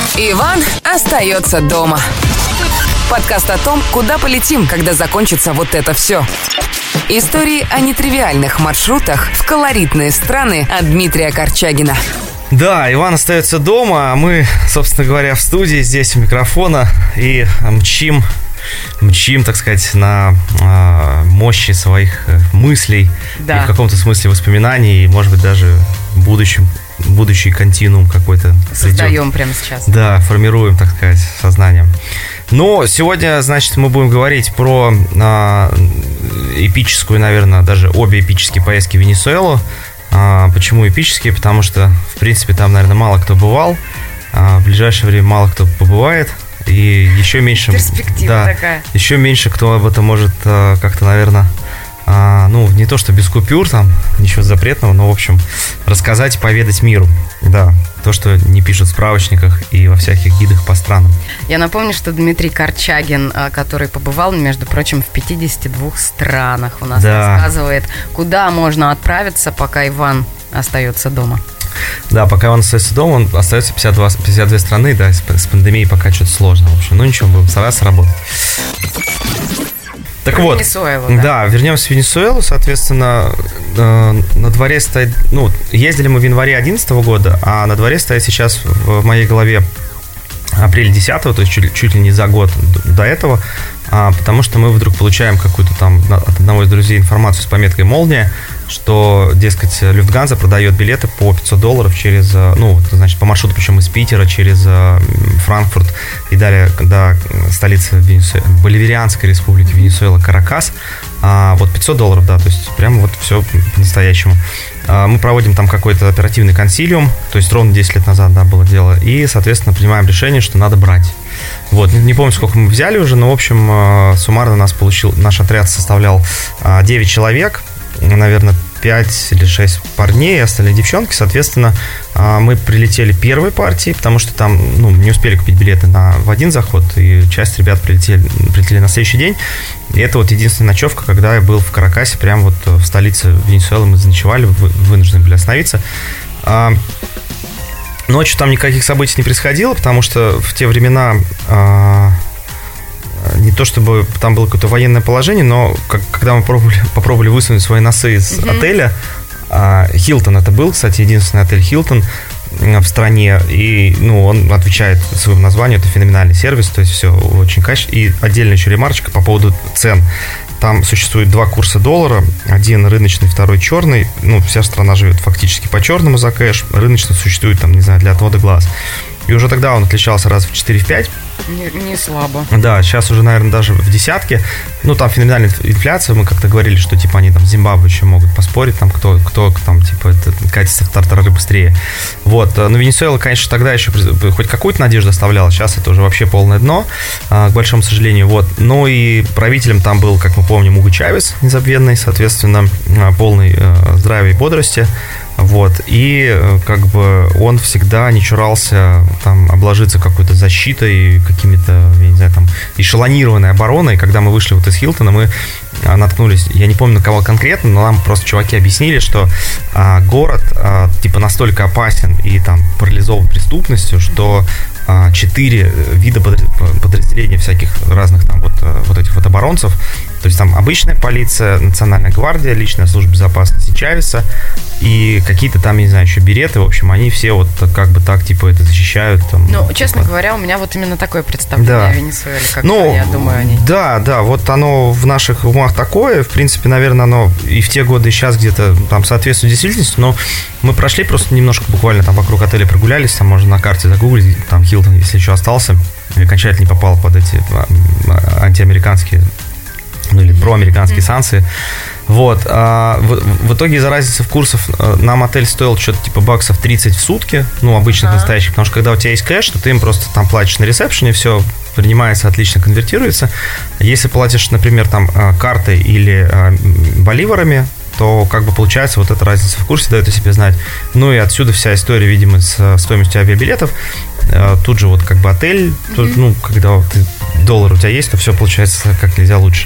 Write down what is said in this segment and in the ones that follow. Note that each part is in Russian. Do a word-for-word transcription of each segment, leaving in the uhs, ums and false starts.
Иван остается дома. Подкаст о том, куда полетим, когда закончится вот это все. Истории о нетривиальных маршрутах в колоритные страны от Дмитрия Корчагина. Да, Иван остается дома, а мы, собственно говоря, в студии, здесь у микрофона и мчим, мчим, так сказать, на э, мощи своих мыслей, да. И в каком-то смысле воспоминаний, и, может быть, даже в будущем, будущий континуум какой-то. Создаем прямо сейчас. Да, формируем, так сказать, сознанием. Но сегодня, значит, мы будем говорить про э, эпическую, наверное, даже обе эпические поездки в Венесуэлу. А, почему эпические? Потому что, в принципе, там, наверное, мало кто бывал. А, в ближайшее время мало кто побывает. И еще меньше... Перспектива да, такая. Еще меньше кто об этом может а, как-то, наверное... А, ну, не то, что без купюр, там, ничего запретного, но, в общем, рассказать и поведать миру. Да, то, что не пишут в справочниках и во всяких гидах по странам. Я напомню, что Дмитрий Корчагин, который побывал, между прочим, в пятидесяти двух странах, у нас да. рассказывает, куда можно отправиться, пока Иван остается дома. Да, пока он остается дома, он остается пятьдесят два, пятьдесят две страны, да, с, с пандемией пока что-то сложно, в общем. Ну, ничего, будем стараться работать. Так Про вот, Венесуэлу, да. да, вернемся в Венесуэлу, соответственно, э, на дворе стоит, ну, ездили мы в январе две тысячи одиннадцатого года, а на дворе стоит сейчас в моей голове апрель десятого, то есть чуть, чуть ли не за год до этого, а, потому что мы вдруг получаем какую-то там от одного из друзей информацию с пометкой «Молния», что, дескать, Люфтганза продает билеты по пятьсот долларов через, ну, значит, по маршруту, причем из Питера через Франкфурт и далее до столицы Венесуэлы, Боливарианской республики Венесуэла, Каракас. А, вот пятьсот долларов, да, то есть прямо вот все по-настоящему. А, мы проводим там какой-то оперативный консилиум, то есть ровно десять лет назад, да, было дело, и, соответственно, принимаем решение, что надо брать. Вот, не, не помню, сколько мы взяли уже, но, в общем, суммарно нас получил, наш отряд составлял девять человек, наверное, пять или шесть парней и остальные девчонки. Соответственно, мы прилетели первой партией, потому что там, ну, не успели купить билеты на, в один заход, и часть ребят прилетели, прилетели на следующий день. И это вот единственная ночевка, когда я был в Каракасе, прямо вот в столице Венесуэлы. Мы заночевали, вынуждены были остановиться. Ночью там никаких событий не происходило, потому что в те времена... Не то чтобы там было какое-то военное положение, но как, когда мы пробовали, попробовали высунуть свои носы из mm-hmm. отеля, Хилтон это был, кстати, единственный отель Хилтон в стране, и, ну, он отвечает своему названию, это феноменальный сервис, то есть все очень качественно. И отдельная еще ремарочка по поводу цен. Там существует два курса доллара, один рыночный, второй черный. Ну, вся страна живет фактически по черному за кэш, рыночный существует там, не знаю, для отвода глаз. И уже тогда он отличался раз в четыре-пять. Не, не слабо. Да, сейчас уже, наверное, даже в десятке. Ну, там феноменальная инфляция. Мы как-то говорили, что, типа, они там в Зимбабве еще могут поспорить, там, кто, кто там, типа, катится в тартарары быстрее. Вот. Но Венесуэла, конечно, тогда еще хоть какую-то надежду оставляла. Сейчас это уже вообще полное дно, к большому сожалению. Вот. Ну, и правителем там был, как мы помним, Уго Чавес, незабвенный, соответственно, полный здравия и бодрости. Вот, и как бы он всегда не чурался там обложиться какой-то защитой, какими-то, я не знаю, там, эшелонированной обороной. Когда мы вышли вот из Хилтона, мы наткнулись, я не помню на кого конкретно, но нам просто чуваки объяснили, что а, город а, типа настолько опасен и там парализован преступностью, что а, четыре вида подразделений всяких разных там вот, вот этих вот оборонцев, то есть там обычная полиция, национальная гвардия, личная служба безопасности Чавеса и какие-то там, я не знаю, еще береты, в общем, они все вот как бы так, типа, это защищают. Там, ну, типа... честно говоря, у меня вот именно такое представление да. о Венесуэле, как ну, я думаю о ней. Да, да, вот оно в наших умах такое, в принципе, наверное, оно и в те годы, и сейчас где-то там соответствует действительности, но мы прошли просто немножко буквально там вокруг отеля прогулялись, там можно на карте загуглить, там Хилтон, если еще остался, окончательно не попал под эти антиамериканские, ну или проамериканские mm-hmm. санкции. Вот. А в, в итоге из-за разницы в курсах нам отель стоил что-то типа баксов тридцать в сутки, ну, обычных, uh-huh. настоящих, потому что когда у тебя есть кэш, то ты им просто там платишь на ресепшене, все принимается, отлично конвертируется. Если платишь, например, там картой или а, боливарами, то как бы получается вот эта разница в курсе дает о себе знать. Ну и отсюда вся история, видимо, с стоимостью авиабилетов. Тут же вот как бы отель, mm-hmm. тут, ну, когда ты, доллар у тебя есть, то все получается как нельзя лучше.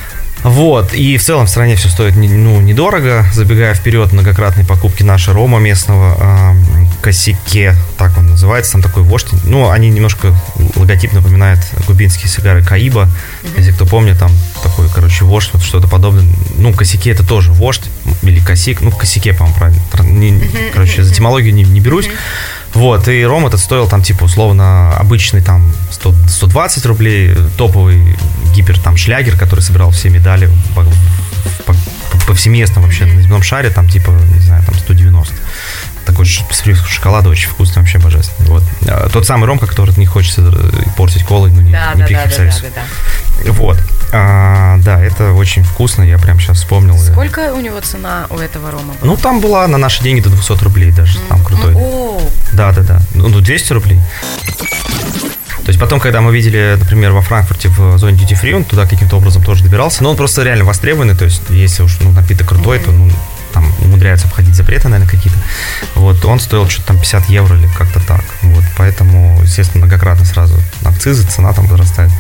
Вот, и в целом в стране все стоит, ну, недорого. Забегая вперед, многократные покупки нашего рома местного, косяке, так он называется, там такой вождь. Ну, они немножко, логотип напоминает кубинские сигары Каиба. Mm-hmm. Если кто помнит, там такой, короче, вождь, вот что-то подобное. Ну, косяки это тоже вождь или косик. Ну, косяке, по-моему, правильно. Не, mm-hmm. Короче, за этимологию не, не берусь. Mm-hmm. Вот, и ром этот стоил там, типа, условно, обычный там сто, сто двадцать рублей, топовый гипер, там, шлягер, который собирал все медали по, по, повсеместно вообще mm-hmm. на земном шаре, там, типа, не знаю, там, сто девяносто. Такой с привкусом шоколада, очень вкусный, вообще божественный. Вот. Тот самый ром, который не хочется портить колой, ну, не, да, не да, пихать да, в сальсу. да, да, да. Вот. А, да, это очень вкусно, я прям сейчас вспомнил. Сколько у него цена у этого рома была? Ну, там была на наши деньги до двести рублей даже, mm-hmm. там крутой. Oh. Да, да, да. Ну, двести рублей. То есть потом, когда мы видели, например, во Франкфурте в зоне Duty Free, он туда каким-то образом тоже добирался, но он просто реально востребованный, то есть если уж ну, напиток крутой, mm-hmm. то ну, там умудряются обходить запреты, наверное, какие-то. Вот, он стоил что-то там пятьдесят евро или как-то так. Вот, поэтому, естественно, многократно сразу акцизы, цена там возрастает.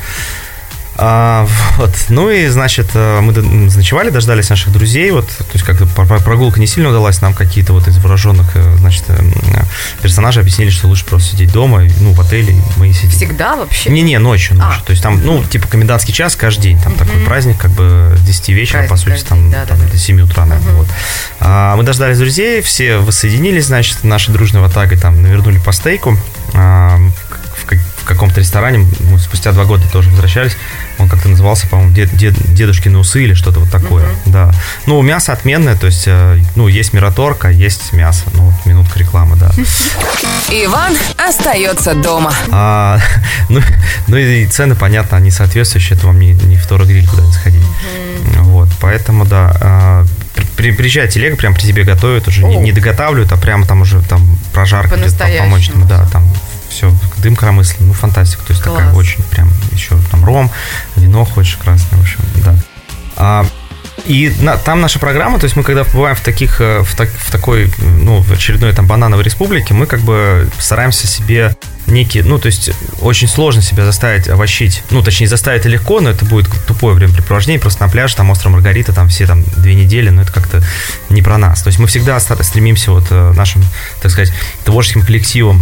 А, вот. Ну и, значит, мы заночевали, дождались наших друзей. Вот, то есть как-то прогулка не сильно удалась. Нам какие-то вот из вооруженных, значит, персонажей объяснили, что лучше просто сидеть дома, ну, в отеле мы и сидим. Всегда вообще? Не-не, ночью, ночью. А. То есть там, ну, типа комендантский час каждый день. Там mm-hmm. такой праздник, как бы с десяти вечера, праздник, по сути, там, да, там да, до семи утра, наверное. Mm-hmm. Вот. А, мы дождались друзей, все воссоединились, значит, нашей дружной ватагой там навернули по стейку. А, в каком-то ресторане, мы спустя два года тоже возвращались, он как-то назывался, по-моему, дед, дед, дедушкины усы или что-то вот такое, uh-huh. да. Ну, мясо отменное, то есть, ну, есть мираторг, а есть мясо, ну, вот минутка рекламы, да. Иван остается дома. А, ну, ну, и цены, понятно, они соответствующие, это вам не, не в Торо Гриль куда-нибудь сходить. Uh-huh. Вот, поэтому, да, при, приезжает телега, прям при тебе готовят, уже oh. не, не доготавливают, а прямо там уже там прожарка где-то помочь, да, там все, дым коромыслен, ну, фантастика. То есть класс. Такая очень прям еще там ром, вино хочешь красное, в общем, да. А, и на, там наша программа, то есть мы когда бываем в таких, в, так, в такой, ну, в очередной там банановой республике, мы как бы стараемся себе некие, ну, то есть очень сложно себя заставить овощить, ну, точнее, заставить это легко, но это будет тупое времяпрепровождение, просто на пляже, там, остров Маргарита, там, все там две недели, но это как-то не про нас. То есть мы всегда стремимся вот нашим, так сказать, творческим коллективом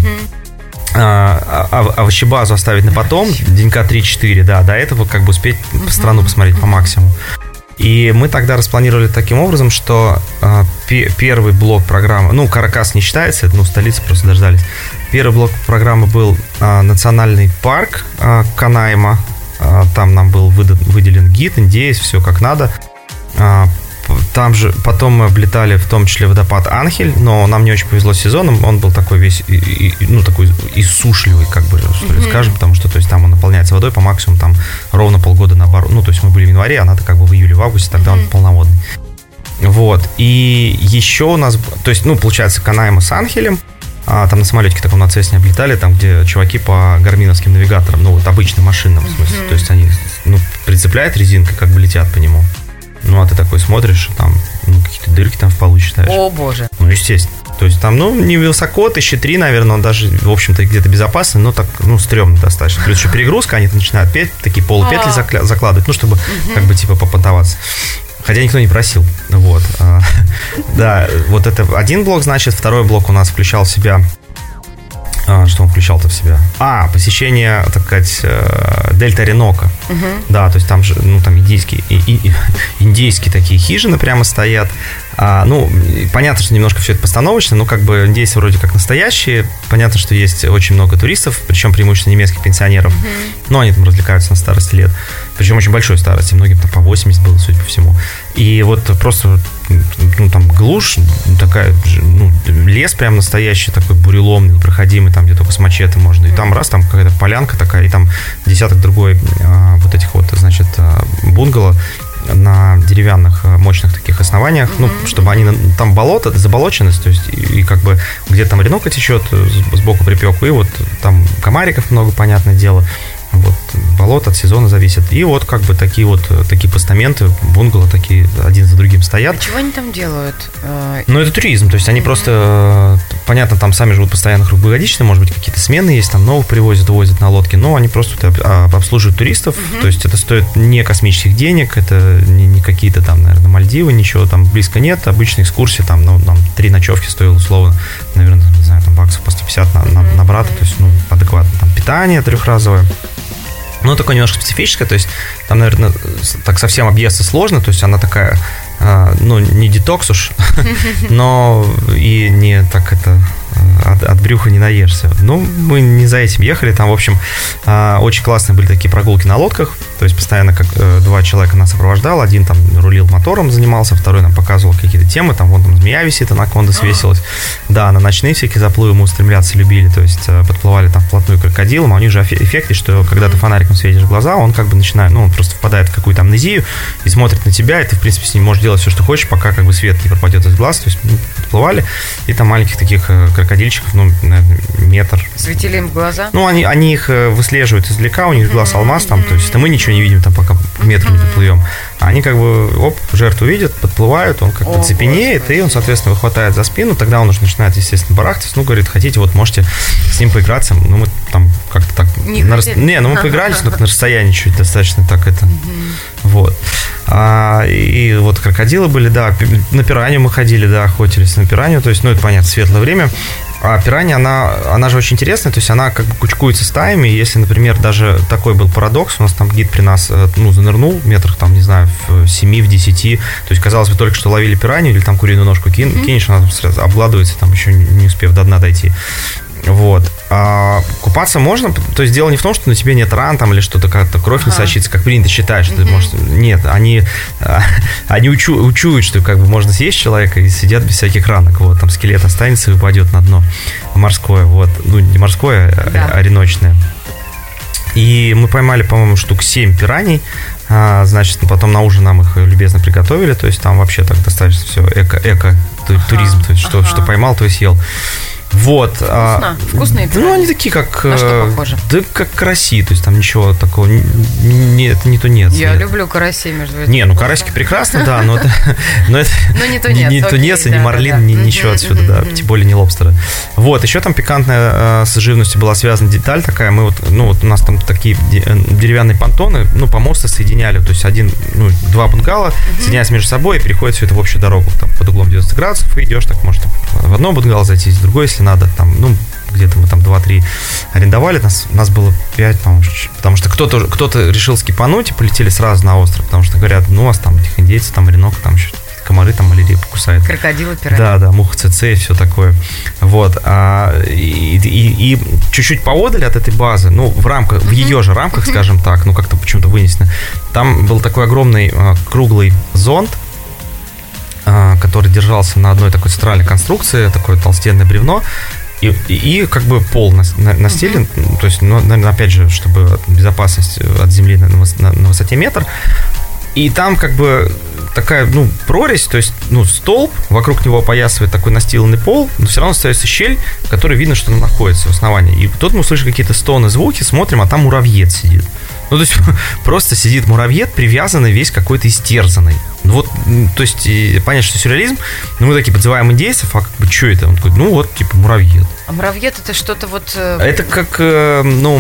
А, а, овощебазу оставить на потом, денька три-четыре, да, до этого как бы успеть uh-huh. страну посмотреть по максимуму. И мы тогда распланировали таким образом, что а, п- первый блок программы, ну, Каракас не считается, это, ну, столица, просто дождались. Первый блок программы был а, национальный парк а, Канаима, а, там нам был выдан, выделен гид, индеец, все как надо. А, Там же потом мы облетали в том числе водопад Анхель, но нам не очень повезло с сезоном, он был такой весь, и, и, ну, такой иссушливый, как бы, что ли, mm-hmm. скажем, потому что, то есть, там он наполняется водой по максимуму, там, ровно полгода наоборот, ну, то есть, мы были в январе, а надо как бы в июле, в августе, тогда mm-hmm. он полноводный. Вот, и еще у нас, то есть, ну, получается, Канаима с Анхелем, а, там на самолетике таком на Цесне облетали, там, где чуваки по гарминовским навигаторам, ну, вот обычным машинам, в смысле, mm-hmm. то есть, они, ну, прицепляют резинкой, как бы летят по нему. Ну, а ты такой смотришь, там, ну, какие-то дырки там в полу считаешь. О, боже. Ну, естественно. То есть там, ну, не высоко, тысячи три, наверное, он даже, в общем-то, где-то безопасный, но так, ну, стрёмно достаточно. Плюс еще перегрузка, они начинают петь, такие полупетли закля- закладывать, ну, чтобы, как бы, типа, попонтоваться. Хотя никто не просил. Вот. Да, вот это один блок, значит, второй блок у нас включал в себя... А, что он включал-то в себя? А, посещение, так сказать, Дельта Оренока. Uh-huh. Да, то есть там же, ну, там индийские, и, и, индейские такие хижины прямо стоят. А, ну, понятно, что немножко все это постановочно, но как бы индейцы вроде как настоящие. Понятно, что есть очень много туристов, причем преимущественно немецких пенсионеров. Uh-huh. Но они там развлекаются на старости лет. Причем очень большой старости, многим там по восемьдесят было, судя по всему. И вот просто, ну, там глушь, такая, ну, лес прям настоящий, такой буреломный, непроходимый, там, где только с мачете можно. И там раз, там какая-то полянка такая, и там десяток другой а, вот этих вот, значит, бунгало на деревянных мощных таких основаниях, mm-hmm. ну, чтобы они, там болото, заболоченность, то есть, и, и как бы где-то там Оренока течет, сбоку припеку, и вот там комариков много, понятное дело. Вот, болото от сезона зависит. И вот как бы такие вот такие постаменты, бунгало такие один за другим стоят. А чего они там делают? Ну, это туризм, то есть они mm-hmm. просто, понятно, там сами живут постоянно круглогодично, может быть, какие-то смены есть, там новых привозят, увозят на лодке, но они просто обслуживают туристов, mm-hmm. то есть это стоит не космических денег, это не, не какие-то там, наверное, Мальдивы, ничего там близко нет, обычная экскурсия, там, ну, там, три ночевки стоило условно, наверное, не знаю, там баксов по сто пятьдесят на, на, на брата, то есть, ну, адекватно, там, питание трехразовое. Ну, такое немножко специфическое, то есть там, наверное, так совсем объесться сложно, то есть она такая, ну, не детокс уж, но и не так это... От, от брюха не наешься. Ну, мы не за этим ехали. Там, в общем, очень классные были такие прогулки на лодках. То есть постоянно как два человека нас сопровождал. Один там рулил мотором, занимался, второй нам показывал какие-то темы. Там вон там змея висит, анаконда свесилась. Да, на ночные всякие заплывы мы устремляться любили. То есть подплывали там вплотную к крокодилам. А у них же эффект, что когда ты фонариком светишь в глаза, он как бы начинает, ну, он просто впадает в какую-то амнезию и смотрит на тебя, и ты, в принципе, с ним можешь делать все, что хочешь, пока как бы свет не пропадет из глаз. То есть мы подплывали, и там маленьких таких крокодильчиков, ну, наверное, метр. Светили им в глаза? Ну, они, они их выслеживают издалека, у них глаз алмаз там, то есть это мы ничего не видим там, пока метр не подплывем. А они как бы, оп, жертву видят, подплывают, он как бы цепенеет, и он, соответственно, выхватает за спину, тогда он уже начинает, естественно, барахтаться, ну, говорит, хотите, вот можете с ним поиграться, ну, мы там как-то так... Не, на рас... не ну, мы поигрались, но на расстоянии чуть достаточно так это... Вот. А, и вот крокодилы были, да, на пиранью мы ходили, да, охотились на пиранью, то есть, ну, это понятно, светлое время. А пиранья, она, она же очень интересная, то есть она как бы кучкуется стаями. Если, например, даже такой был парадокс, у нас там гид при нас, ну, занырнул метрах, там, не знаю, в семи, в десяти, то есть, казалось бы, только что ловили пиранью или там куриную ножку кин, mm-hmm. кинешь, она сразу обгладывается, там еще не успев до дна дойти. Вот. А купаться можно, то есть дело не в том, что на тебе нет ран там или что-то, как-то кровь ага. не сочится, как принято считать, что mm-hmm. ты можешь... Нет, они, они учу, учуют, что как бы можно съесть человека и сидят без всяких ранок. Вот, там скелет останется и упадет на дно морское, вот. Ну, не морское, да. а речное. И мы поймали, по-моему, штук семь пираний. А, значит, потом на ужин нам их любезно приготовили. То есть там вообще так достаточно все эко-эко ага. туризм, то есть ага. что, что поймал, то и съел. Вот. Вкусно? А, Вкусные пирани? Ну, они такие, как... На что похоже? Да, как караси, то есть там ничего такого... Нет, не то нет. Я нет. люблю карасей, между прочим. Не, ну карасики прекрасно, да, но это... Но не тунец. Не тунец, не марлин, ничего отсюда, да, тем более не лобстера. Вот, еще там пикантная с живностью была связана деталь такая, мы вот, ну, вот у нас там такие деревянные понтоны, ну, помосты соединяли, то есть один, ну, два бунгало соединяются между собой и переходят все это в общую дорогу, там, под углом девяносто градусов, и идешь, так, может, в одно бунгало зайти, в другое, если надо, там, ну, где-то мы там два-три арендовали, нас, нас было пять, по-моему, потому что кто-то, кто-то решил скипануть и полетели сразу на остров, потому что говорят, ну, у вас там этих индейцев, там ренок, там еще комары, там малярия покусает. Крокодилы, пираньи. Да, да, муха ЦЦ и все такое. Вот. А, и, и, и чуть-чуть поодаль от этой базы, ну, в рамках, в ее же рамках, скажем так, ну, как-то почему-то вынесено, там был такой огромный а, круглый зонд, который держался на одной такой центральной конструкции, такое толстенное бревно, и, и, и как бы пол настелен, uh-huh. то есть, ну, наверное, опять же, чтобы безопасность от земли на, на, на высоте метр, и там как бы такая, ну, прорезь, то есть, ну, столб, вокруг него опоясывает такой настиленный пол, но все равно остается щель, в которой видно, что она находится в основании. И тут мы слышим какие-то стоны, звуки, смотрим, а там муравьед сидит. Ну, то есть, просто сидит муравьед, привязанный, весь какой-то истерзанный. Ну, вот, то есть, понятно, что сюрреализм, но мы такие подзываем индейцев, а как бы, что это? Он такой, ну, вот, типа, муравьед. А муравьед это что-то вот... Это как, ну,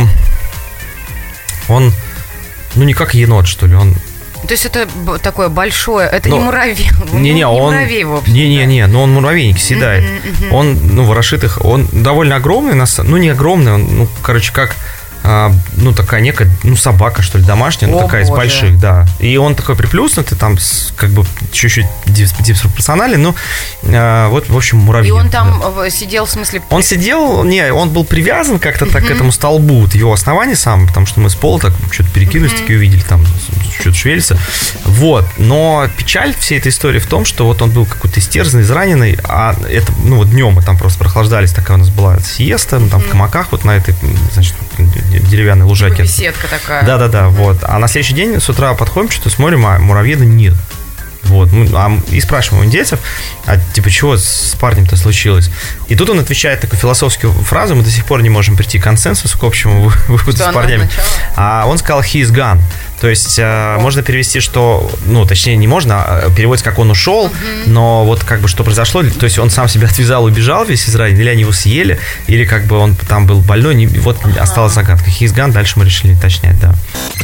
он, ну, не как енот, что ли, он... То есть это такое большое, это но, не муравей, не, не, он, не муравей вовсе. Не-не-не, да. но он муравейник съедает. Uh-huh, uh-huh. Он, ну, ворошит их, он довольно огромный, ну, не огромный, он, ну, короче, как... ну, такая некая, ну, собака, что ли, домашняя, ну, О, такая боже. из больших, да. И он такой приплюснутый, там, с, как бы, чуть-чуть диспропорциональный, ну, а, вот, в общем, муравей. И он там да. сидел, в смысле... Он сидел, не, он был привязан как-то так mm-hmm. к этому столбу, вот его основание сам, потому что мы с пола так что-то перекинулись, mm-hmm. такие увидели, там, что-то шевелится. Вот, но печаль всей этой истории в том, что вот он был какой-то истерзанный, израненный, а это, ну, вот днем мы там просто прохлаждались, такая у нас была сиеста, ну, там, mm-hmm. в камаках, вот на этой, значит, деревянной лужайке. Беседка такая. Да-да-да, mm-hmm. вот. А на следующий день с утра подходим, что-то смотрим, а муравьеда нет. Вот, мы, а, и спрашиваем у индейцев, а типа, чего с парнем-то случилось? И тут он отвечает такую философскую фразу, мы до сих пор не можем прийти к консенсусу, к общему выводу с парнями. А он сказал he is gone. То есть э, можно перевести, что, ну, точнее, не можно, а переводится, как он ушел, uh-huh. но вот как бы что произошло, то есть он сам себя отвязал, убежал весь из ранения, или они его съели, или как бы он там был больной, не, вот uh-huh. осталась загадка. He is gone, дальше мы решили уточнять, да.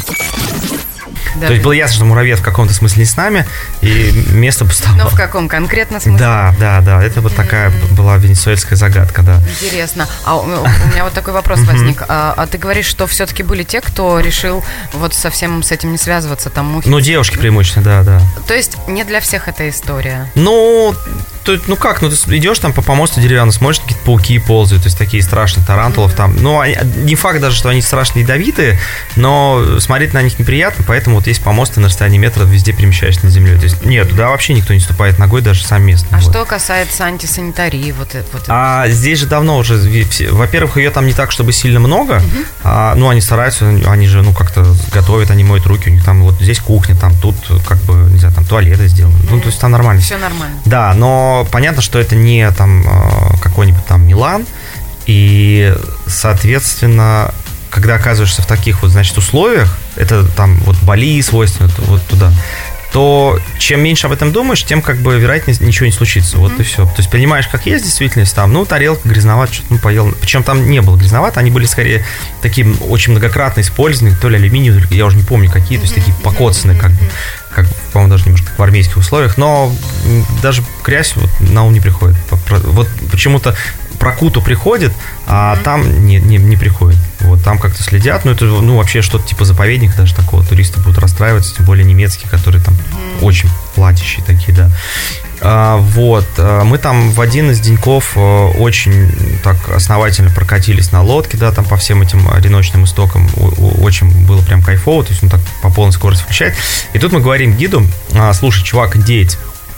Да. То есть было ясно, что муравьед в каком-то смысле не с нами, и место пустовало. Но в каком конкретно смысле? Да, да, да. Это вот такая mm-hmm. была венесуэльская загадка, да. Интересно. А у меня вот такой вопрос возник. А, а ты говоришь, что все-таки были те, кто решил вот совсем с этим не связываться, там мухи? Ну, девушки преимущественно, да, да. То есть не для всех эта история? Ну, то, ну как, ну ты идешь там по помосту деревянному, смотришь, какие-то пауки ползают, то есть такие страшные тарантулов mm-hmm. там. Ну, они, не факт даже, что они страшно ядовитые, но смотреть на них неприятно, поэтому вот есть помосты на расстоянии метра, везде перемещаешься над землей. То есть нет, туда вообще никто не ступает ногой, даже сам местный. А вот. Что касается антисанитарии, вот это вот. А здесь же давно уже, во-первых, ее там не так, чтобы сильно много. Mm-hmm. А, ну, они стараются, они же, ну, как-то готовят, они моют руки, у них там вот здесь кухня, там тут, как бы, не знаю, там туалеты сделаны. Mm-hmm. Ну, то есть там нормально. Все нормально. Да, но понятно, что это не там какой-нибудь там Милан, и, соответственно, когда оказываешься в таких вот, значит, условиях, это там вот Бали свойственно, вот туда, то чем меньше об этом думаешь, тем как бы вероятнее ничего не случится. Вот mm-hmm. и все. То есть понимаешь, как есть действительность там, ну, тарелка грязновата, что-то ну, поел. Причем там не было грязновато, они были скорее такие очень многократно использованы, то ли алюминиевые, я уже не помню какие, то есть такие покоцанные, как бы, как, по-моему, даже немножко как в армейских условиях, но даже грязь вот на ум не приходит. Вот почему-то про Куту приходит, а mm-hmm. там не, не, не приходит. Вот там как-то следят, ну это ну вообще что-то типа заповедника даже такого, туристы будут расстраиваться, тем более немецкие, которые там mm-hmm. очень платящие такие, да. А, вот, мы там в один из деньков очень так основательно прокатились на лодке, да, там по всем этим одиночным истокам, очень было прям кайфово, то есть он так по полной скорости включает. И тут мы говорим гиду, слушай, чувак, индеец,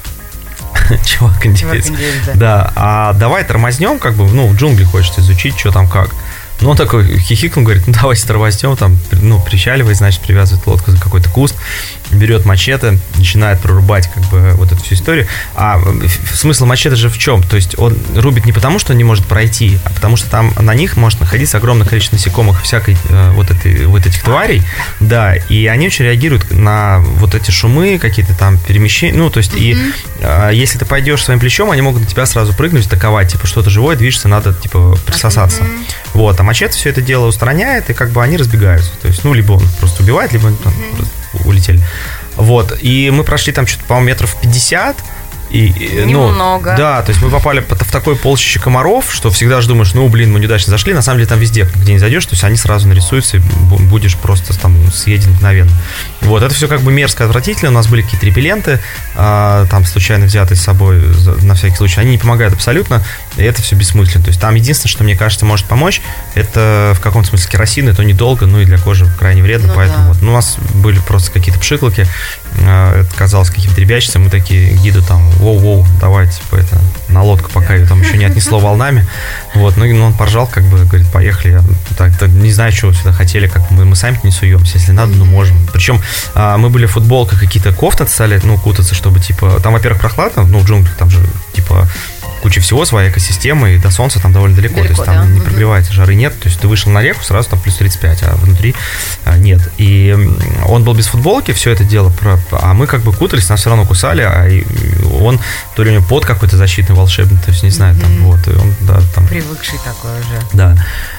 Чувак индеец. Да. да. А давай тормознем, как бы, ну, в джунгли хочется изучить, что там как. Ну, он такой хихикнул, говорит, ну, давайте тормознем, там, ну, причаливает, значит, привязывает лодку за какой-то куст, берет мачете, начинает прорубать, как бы, вот эту всю историю. А смысл мачете же в чем? То есть он рубит не потому, что он не может пройти, а потому что там на них может находиться огромное количество насекомых, всякой вот, этой, вот этих тварей, да, и они очень реагируют на вот эти шумы, какие-то там перемещения, ну, то есть, mm-hmm. и если ты пойдешь своим плечом, они могут на тебя сразу прыгнуть, атаковать, типа, что-то живое движется, надо, типа, присосаться. Mm-hmm. Вот, а мачете все это дело устраняет, и как бы они разбегаются. То есть, ну, либо он просто убивает, либо они там mm-hmm. улетели. Вот, и мы прошли там что-то, по-моему, метров пятьдесят. И, Немного. Ну, да, то есть мы попали в такое полчище комаров, что всегда же думаешь, ну, блин, мы неудачно зашли. На самом деле там везде, где не зайдешь, то есть они сразу нарисуются, и будешь просто там съеден мгновенно. Вот, это все как бы мерзко, отвратительно. У нас были какие-то репелленты, а, там случайно взятые с собой на всякий случай. Они не помогают абсолютно, и это все бессмысленно. То есть там единственное, что, мне кажется, может помочь, это в каком-то смысле керосин, это недолго, ну и для кожи крайне вредно, ну, поэтому да. вот. Ну, у нас были просто какие-то пшиклоки, это казалось каким-то ребячицем, мы такие гиду там, воу-воу, давай, типа, это, на лодку, пока ее там еще не отнесло волнами. Вот, ну, и ну, он поржал, как бы, говорит, поехали. Я, так, так, не знаю, чего сюда хотели, как мы, мы сами не суемся, если надо, ну, можем. Причем а, мы были в футболках, какие-то кофты стали, ну, кутаться, чтобы, типа, там, во-первых, прохладно, ну, в джунглях, там же, типа, куча всего, своя экосистема, и до солнца там довольно далеко, далеко то есть там да? не прогревается, жары нет, то есть ты вышел на реку, сразу там плюс тридцать пять, а внутри а, нет. И он был без футболки, все это дело, а мы как бы кутались, нас все равно кусали, а он, то ли у него пот какой-то защитный, волшебный, то есть не знаю, там, mm-hmm. вот, и он, да, там... Привыкший такой уже. Да.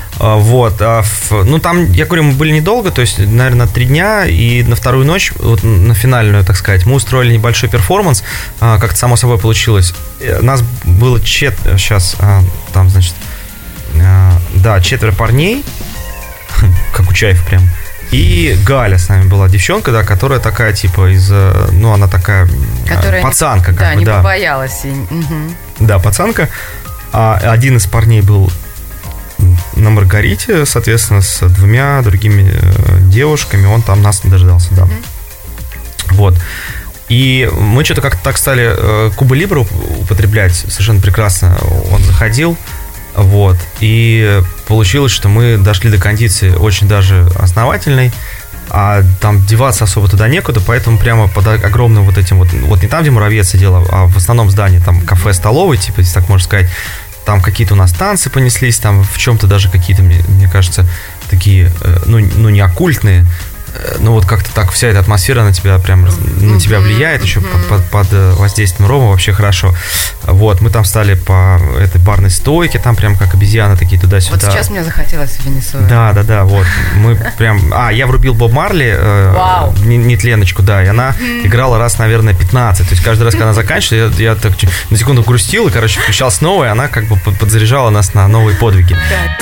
Вот, ну там, я говорю, мы были недолго, то есть, наверное, три дня, и на вторую ночь, вот на финальную, так сказать, мы устроили небольшой перформанс, как-то само собой получилось. Нас было четверо, сейчас, там, значит, да, четверо парней, как у Чаев прям, и Галя с нами была, девчонка, да, которая такая, типа, из, ну, она такая, которая пацанка, не, как да, бы, не да. побоялась. Угу. Да, пацанка. А один из парней был на Маргарите, соответственно, с двумя другими девушками, он там нас не дождался, да. Mm-hmm. Вот. И мы что-то как-то так стали э, Куба Либра употреблять совершенно прекрасно. Он заходил, вот. И получилось, что мы дошли до кондиции очень даже основательной. а там деваться особо туда некуда, поэтому прямо под огромным вот этим вот, вот не там, где Муравьед сидела, а в основном здании, там кафе-столовый, типа, если так можно сказать, там какие-то у нас танцы понеслись, там в чем-то даже какие-то, мне, мне кажется, такие, ну, ну не оккультные, ну вот как-то так вся эта атмосфера на тебя прям на тебя влияет, еще под, под, под воздействием рома вообще хорошо. Вот, мы там стали по этой барной стойке, там прям как обезьяны такие туда-сюда. Вот сейчас мне захотелось в Венесуэлу. Да, да, да, вот. Мы прям... А, я врубил Боб Марли, э, нетленочку, да, и она играла раз, наверное, пятнадцать. То есть каждый раз, когда она заканчивала, я, я так на секунду грустил и, короче, включал снова, и она как бы подзаряжала нас на новые подвиги.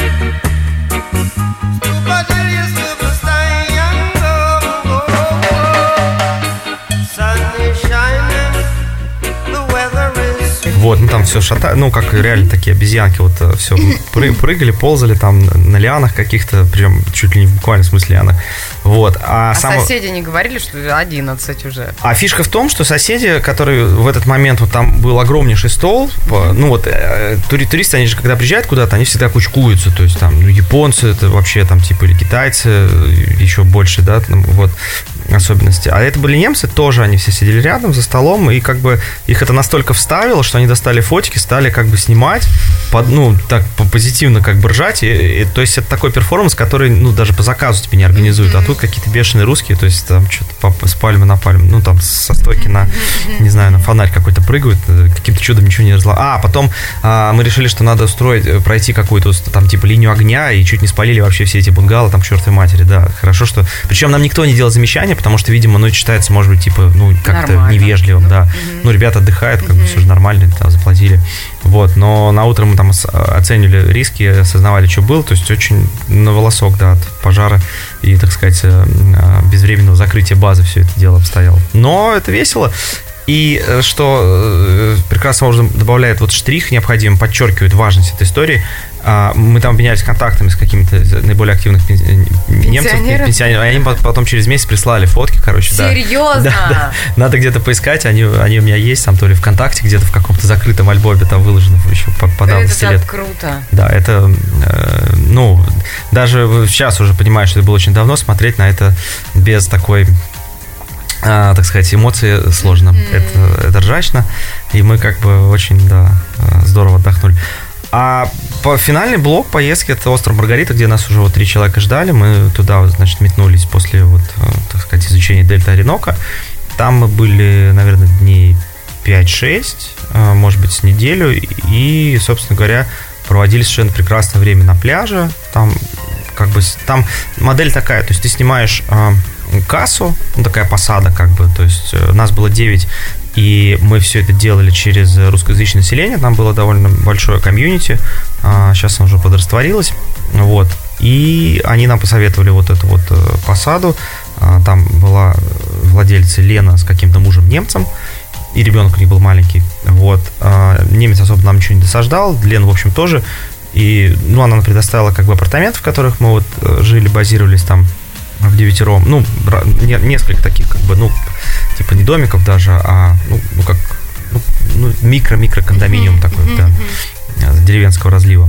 Вот, ну там все шата, ну как реально такие обезьянки, вот все пры- прыгали, ползали там на лианах каких-то, прям чуть ли не в буквальном смысле лианах. Вот. А, а само... соседи не говорили, что одиннадцать уже? А фишка в том, что соседи, которые в этот момент, вот там был огромнейший стол, mm-hmm. ну вот тури- туристы, они же когда приезжают куда-то, они всегда кучкуются, то есть там ну, японцы, это вообще там типа или китайцы, еще больше, да, там, вот особенности. А это были немцы, тоже они все сидели рядом за столом, и как бы их это настолько вставило, что они достали фотики, стали как бы снимать, под, ну, так позитивно как бы ржать, и, и, то есть это такой перформанс, который, ну, даже по заказу тебе не организуют, а тут какие-то бешеные русские, то есть там что-то с пальмы на пальму, ну, там со стойки на, не знаю, на фонарь какой-то прыгают, каким-то чудом ничего не разло. А, потом а, мы решили, что надо устроить, пройти какую-то там типа линию огня, и чуть не спалили вообще все эти бунгало, там, к чертовой матери, да, хорошо, что... Причем нам никто не делал замечания, потому что, видимо, ну, считается, может быть, типа, ну, как-то нормально. Невежливым, да. Mm-hmm. Ну, ребята отдыхают, как mm-hmm. бы все же нормально, там, заплатили. Вот, но на утро мы там оценивали риски, осознавали, что было, то есть очень на волосок, да, от пожара и, так сказать, безвременного закрытия базы все это дело обстояло. Но это весело. И что прекрасно можно добавляет вот штрих необходимый, подчеркивает важность этой истории. Мы там обменялись контактами с какими-то наиболее активных немцев, пенсионеров, и они потом через месяц прислали фотки, короче. Серьезно? Да, да. Надо где-то поискать, они, они у меня есть, там то ли ВКонтакте, где-то в каком-то закрытом альбоме там выложено еще по, по давности лет. Это круто. Да, это, э, ну, даже сейчас уже понимаю, что это было очень давно, смотреть на это без такой... А, так сказать, эмоции сложно. Mm-hmm. Это, это ржачно. И мы как бы очень, да, здорово отдохнули. А по финальный блок поездки — это остров Маргарита, где нас уже вот три человека ждали. Мы туда, значит, метнулись после вот, так сказать, изучения дельты Оренока. Там мы были, наверное, дней пять-шесть, может быть, с неделю. И, собственно говоря, проводили совершенно прекрасное время на пляже. Там как бы там модель такая, то есть ты снимаешь кассу, ну, такая посада как бы, то есть нас было девять, и мы все это делали через русскоязычное население, там было довольно большое комьюнити, сейчас оно уже подрастворилось, вот, и они нам посоветовали вот эту вот посаду, там была владельца Лена с каким-то мужем-немцем, и ребенок у них был маленький, вот, немец особо нам ничего не досаждал, Лена, в общем, тоже, и, ну, она нам предоставила как бы апартаменты, в которых мы вот жили, базировались там в девятером, ну, не, несколько таких, как бы, ну, типа не домиков даже, а, ну, ну как, ну, ну микро-микро-кондоминиум mm-hmm. такой, mm-hmm. да, деревенского разлива.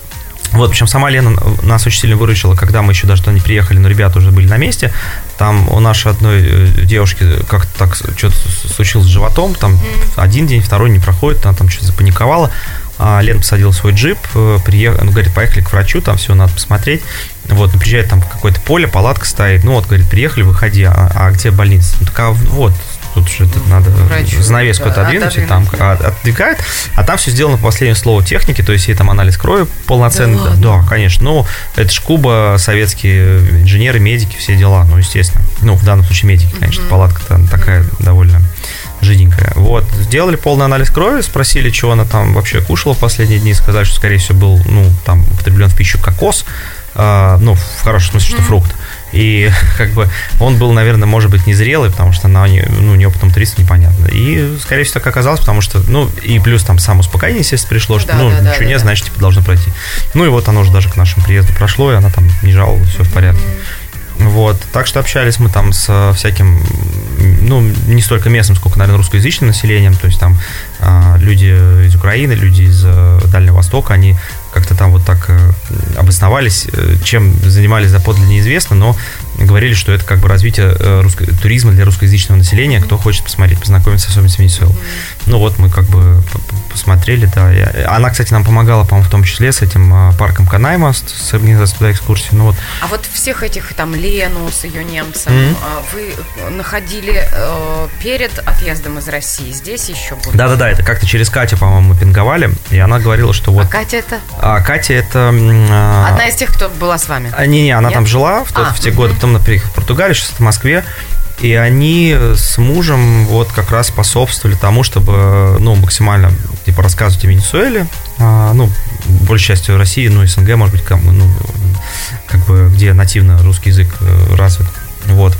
Вот, причем сама Лена нас очень сильно выручила, когда мы еще даже туда не приехали, но ребята уже были на месте. Там у нашей одной девушки как-то так что-то случилось с животом, там mm-hmm. один день, второй не проходит, она там что-то запаниковала. А Лена посадила свой джип, приехала, ну, говорит, поехали к врачу, там все надо посмотреть. Вот, ну, приезжает там какое-то поле, палатка стоит, ну, вот, говорит, приехали, выходи, а, а где больница? Ну, так, а вот, тут же это надо врачу, занавеску да, отодвинуть, и там да. отдвигает, а там все сделано по последнему слову техники, то есть есть там анализ крови полноценный, да, да, конечно, ну, это ж Куба, советские инженеры, медики, все дела, ну, естественно, ну, в данном случае медики, конечно, mm-hmm. палатка-то такая mm-hmm. довольно жиденькая. Вот, сделали полный анализ крови, спросили, чего она там вообще кушала в последние дни, сказали, что, скорее всего, был, ну, там, употреблен в пищу кокос, э, ну, в хорошем смысле, что фрукт. И, как бы, он был, наверное, может быть, незрелый, потому что на, ну, неопытном туристе непонятно. И, скорее всего, так оказалось, потому что, ну, и плюс там само успокоение, естественно, пришло, что, да, ну, да, ничего да, нет, да. значит, типа, должно пройти. Ну, и вот оно уже даже к нашему приезду прошло, и она там не жаловалась, все в порядке. Вот, так что общались мы там с всяким, ну, не столько местным, сколько, наверное, русскоязычным населением, то есть там а, люди из Украины, люди из а, Дальнего Востока, они как-то там вот так а, обосновались, чем занимались доподлинно неизвестно, но говорили, что это как бы развитие русско- туризма для русскоязычного населения, кто хочет посмотреть, познакомиться с особенностями Венесуэлы. Ну вот мы как бы посмотрели, да. Она, кстати, нам помогала, по-моему, в том числе с этим парком Канайма, с организацией туда экскурсии. Ну, вот. А вот всех этих, там, Лену с ее немцем, mm-hmm. вы находили э, перед отъездом из России? Здесь еще будут? Да-да-да, это как-то через Катю, по-моему, мы пинговали, и она говорила, что вот... А Катя это? А Катя это... А... Одна из тех, кто была с вами? Не-не, она Нет? там жила в, тот, а, в те угу. годы, потом она приехала в Португалию, сейчас в Москве, и они с мужем вот как раз способствовали тому, чтобы, ну, максимально, типа, рассказывать о Венесуэле, а, ну, большей частью России, ну, СНГ, может быть, как, ну, как бы, где нативно русский язык развит, вот.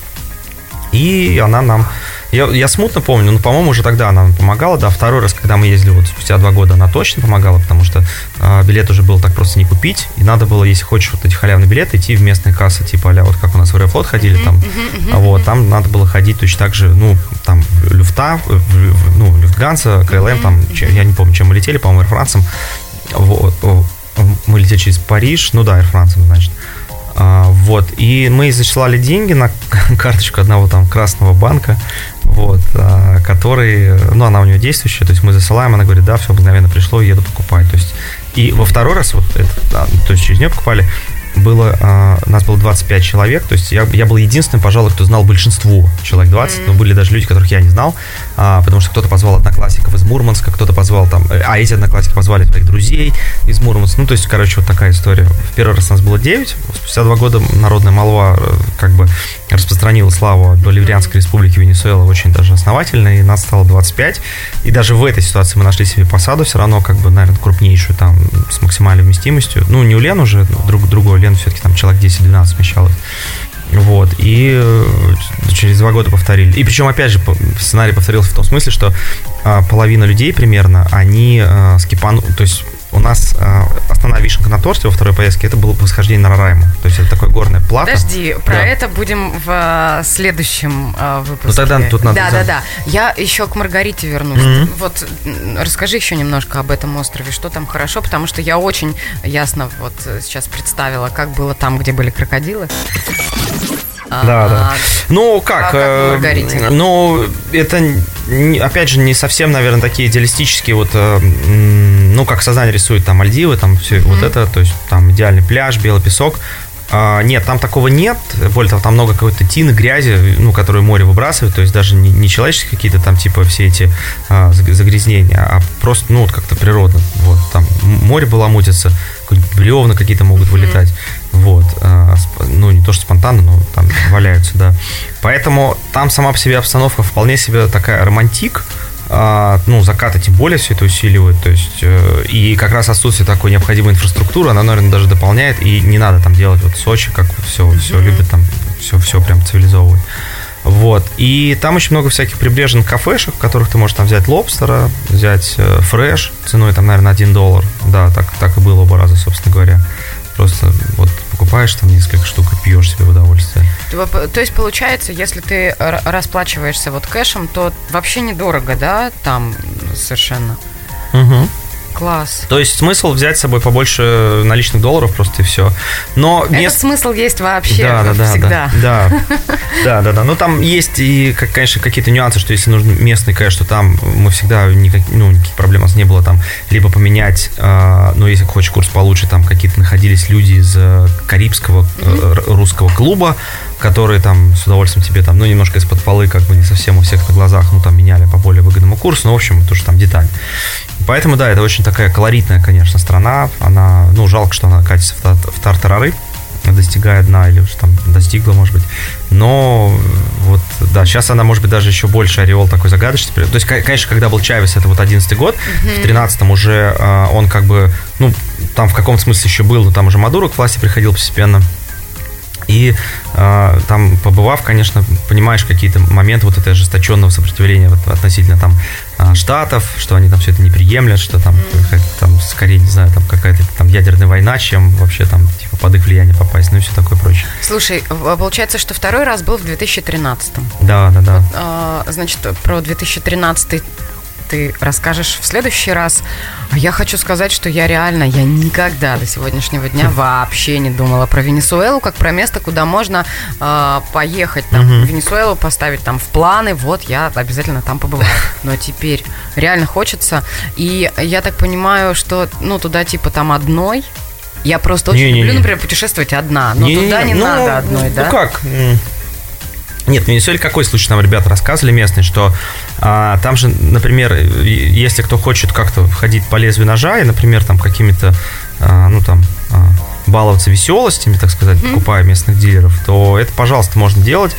И она нам... Я, я смутно помню, но, по-моему, уже тогда она нам помогала, да, второй раз, когда мы ездили, вот спустя два года, она точно помогала, потому что а, билет уже было так просто не купить, и надо было, если хочешь вот эти халявные билеты, идти в местные кассы, типа а-ля вот как у нас в Аэрофлот ходили, там, mm-hmm, mm-hmm. вот, там надо было ходить точно так же, ну, там, Люфта, ну, Люфтганса, КЛМ, mm-hmm. там, mm-hmm. я не помню, чем мы летели, по-моему, Air France, вот, мы летели через Париж, ну да, Air France, значит. Вот, и мы зачислали деньги на карточку одного там красного банка, вот, который, ну, она у нее действующая, то есть мы засылаем, она говорит, да, все, мгновенно пришло, еду покупать, то есть, и во второй раз, вот это, да, то есть через нее покупали, было, а, нас было двадцать пять человек, то есть я, я был единственным, пожалуй, кто знал большинство, человек двадцать, mm-hmm. но были даже люди, которых я не знал, а, потому что кто-то позвал одноклассников из Мурманска, кто-то позвал там, а эти одноклассники позвали своих друзей из Мурманска, ну, то есть, короче, вот такая история. В первый раз нас было девять, спустя два года народная молва как бы распространила славу Боливарианской республики Венесуэла очень даже основательно, и нас стало двадцать пять, и даже в этой ситуации мы нашли себе посаду, все равно, как бы, наверное, крупнейшую там, с максимальной вместимостью, ну, не у Лены уже, друг, другой Лен все-таки там человек десять-двенадцать вмещалось. Вот, и через два года повторили. И причем, опять же, сценарий повторился в том смысле, что а, половина людей примерно, они а, скипану, то есть у нас а, основная вишенка на торте во второй поездке, это было восхождение на Рарайму. То есть это такое горное плато. Подожди, про да. это будем в а, следующем а, выпуске. Ну тогда тут надо... Да, да, да. Я еще к Маргарите вернусь. Mm-hmm. Вот расскажи еще немножко об этом острове, что там хорошо, потому что я очень ясно вот сейчас представила, как было там, где были крокодилы. Да, а, да. Ну, как? А как ну, это, опять же, не совсем, наверное, такие идеалистические, вот, ну, как сознание рисует там Мальдивы, там все mm-hmm. вот это, то есть там идеальный пляж, белый песок. А, нет, там такого нет. Более того, там много какой-то тины, грязи, ну, которую море выбрасывает, то есть даже не, не человеческие какие-то там, типа, все эти а, загрязнения, а просто, ну, вот как-то природно. Вот, там море баламутится, бревна какие-то могут вылетать. Mm-hmm. Вот. А, ну, не то, что спонтанно, но там валяются, да. Поэтому там сама по себе обстановка вполне себе такая романтик. А, ну, закаты тем более все это усиливают, то есть, э, и как раз отсутствие такой необходимой инфраструктуры, она, наверное, даже дополняет, и не надо там делать вот Сочи, как вот все, mm-hmm. все любят там, все, все прям цивилизовывать. Вот, и там очень много всяких прибрежных кафешек, в которых ты можешь там взять лобстера, взять э, фреш, ценой там, наверное, один доллар, да, так, так и было оба раза, собственно говоря. Просто вот покупаешь там несколько штук и пьешь себе в удовольствие. То есть, получается, если ты расплачиваешься вот кэшем, то вообще недорого, да, там совершенно? Угу. Класс. То есть смысл взять с собой побольше наличных долларов просто и все. Но Этот мест... смысл есть вообще да, да, всегда. Да, да, да, да, да. Но там есть и, конечно, какие-то нюансы, что если нужен местный кэш, то там мы всегда никак, ну, никаких проблем у нас не было там либо поменять, э, ну, если хочешь курс получше, там какие-то находились люди из карибского э, русского клуба, которые там с удовольствием тебе там, ну, немножко из-под полы, как бы не совсем у всех на глазах, ну, там меняли по более выгодному курсу, но, в общем, это уже там деталь. Поэтому, да, это очень такая колоритная, конечно, страна. Она, ну, жалко, что она катится в, тар- в тартарары, достигает дна, или уже там достигла, может быть. Но вот, да, сейчас она, может быть, даже еще больше ореол такой загадочности. То есть, конечно, когда был Чавес, это вот одиннадцатый год, mm-hmm. в тринадцатом уже э, он как бы, ну, там в каком-то смысле еще был, но там уже Мадуро к власти приходил постепенно. И э, там, побывав, конечно, понимаешь какие-то моменты вот этой ожесточенного сопротивления вот, относительно там э, Штатов, что они там все это не приемлят, что там, mm. там скорее, не знаю, там какая-то там ядерная война, чем вообще там типа под их влияние попасть, ну и все такое прочее. Слушай, получается, что второй раз был в две тысячи тринадцатом. Да, да, да. Вот, э, значит, про две тысячи тринадцатый ты расскажешь в следующий раз. А я хочу сказать, что я реально, я никогда до сегодняшнего дня вообще не думала про Венесуэлу, как про место, куда можно э, поехать там, uh-huh. в Венесуэлу, поставить там в планы. Вот, я обязательно там побываю. Но теперь реально хочется. И я так понимаю, что, ну, туда типа там одной. Я просто очень не, люблю, не, не. например, путешествовать одна. Но не, туда не, не ну, надо одной, ну, да? Ну как? Нет, в Венесуэле какой случай нам ребята рассказывали местные, что а, там же, например, если кто хочет как-то ходить по лезвию ножа и, например, там какими-то, а, ну там, а, баловаться веселостями, так сказать, mm-hmm. покупая местных дилеров, то это, пожалуйста, можно делать.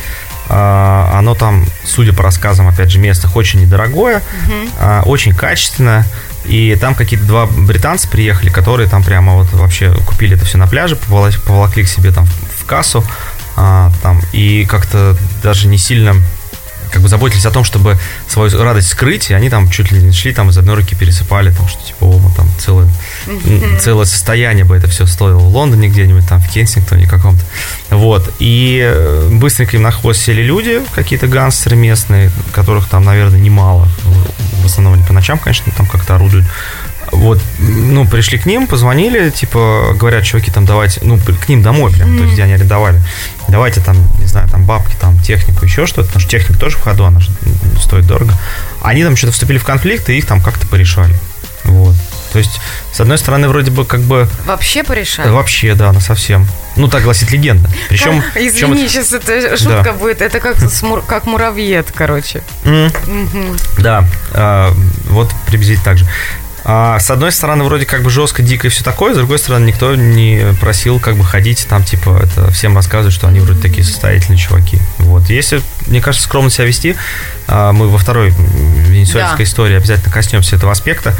А, оно там, судя по рассказам, опять же, местных, очень недорогое, mm-hmm. а, очень качественное. И там какие-то два британца приехали, которые там прямо вот вообще купили это все на пляже, поволокли к себе там в кассу. А, там, и как-то даже не сильно как бы заботились о том, чтобы свою радость скрыть, и они там чуть ли не шли, там из одной руки пересыпали, там, что типа, о, там целое, mm-hmm. целое состояние бы это все стоило в Лондоне где-нибудь, там, в Кенсингтоне каком-то. Вот, и быстренько им на хвост сели люди, какие-то гангстеры местные, которых там, наверное, немало, в основном они по ночам, конечно, там как-то орудуют. Вот, ну, пришли к ним, позвонили, типа, говорят, чуваки, там, давайте, ну, к ним домой прям, mm-hmm. то есть, где они арендовали, давайте там, не знаю, там, бабки, там, технику, еще что-то, потому что техника тоже в ходу, она же стоит дорого. Они там что-то вступили в конфликт, и их там как-то порешали, вот. То есть, с одной стороны, вроде бы, как бы... Вообще порешали? Вообще, да, на совсем. Ну, так гласит легенда. Причем... Как? Извини, это... сейчас это шутка да. будет. Это как, смур... как муравьед, короче. Mm. Mm-hmm. Да, а, вот приблизительно так же. А, с одной стороны, вроде как бы жестко, дико и все такое, с другой стороны, никто не просил как бы ходить там, типа, это всем рассказывать, что они вроде такие состоятельные чуваки. Вот. Если, мне кажется, скромно себя вести, а, мы во второй венесуэльской да. истории обязательно коснемся этого аспекта,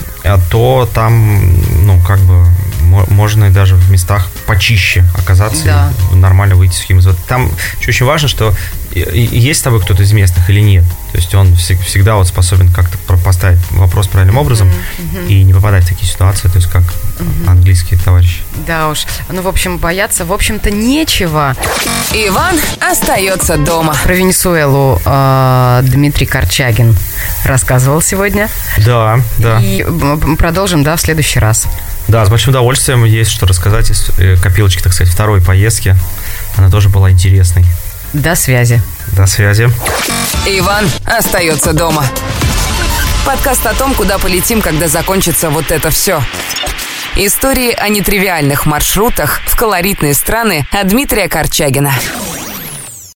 то там, ну, как бы, можно и даже в местах почище оказаться да. и нормально выйти с химиза. Там что очень важно, что есть с тобой кто-то из местных или нет. То есть он всегда вот способен как-то поставить вопрос правильным образом mm-hmm. и не попадать в такие ситуации, то есть как mm-hmm. английские товарищи. Да уж. Ну, в общем, бояться, в общем-то, нечего. Иван остается дома. Про Венесуэлу э, Дмитрий Корчагин рассказывал сегодня. Да, да. И продолжим, да, в следующий раз. Да, с большим удовольствием. Есть что рассказать из копилочки, так сказать, второй поездки. Она тоже была интересной. До связи. До связи. Иван остается дома. Подкаст о том, куда полетим, когда закончится вот это все. Истории о нетривиальных маршрутах в колоритные страны от Дмитрия Корчагина.